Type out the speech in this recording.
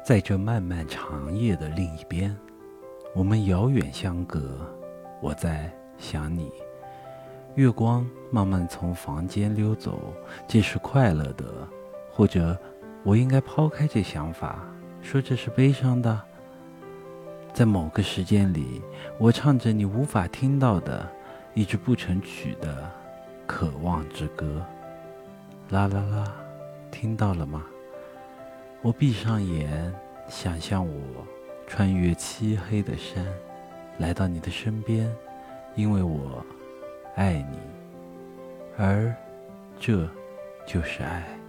在这漫漫长夜的另一边，我们遥远相隔，我在想你。月光慢慢从房间溜走，这是快乐的，或者我应该抛开这想法，说这是悲伤的。在某个时间里，我唱着你无法听到的一支不成曲的渴望之歌。啦啦啦，听到了吗？我闭上眼，想象我穿越漆黑的山，来到你的身边，因为我爱你，而这就是爱。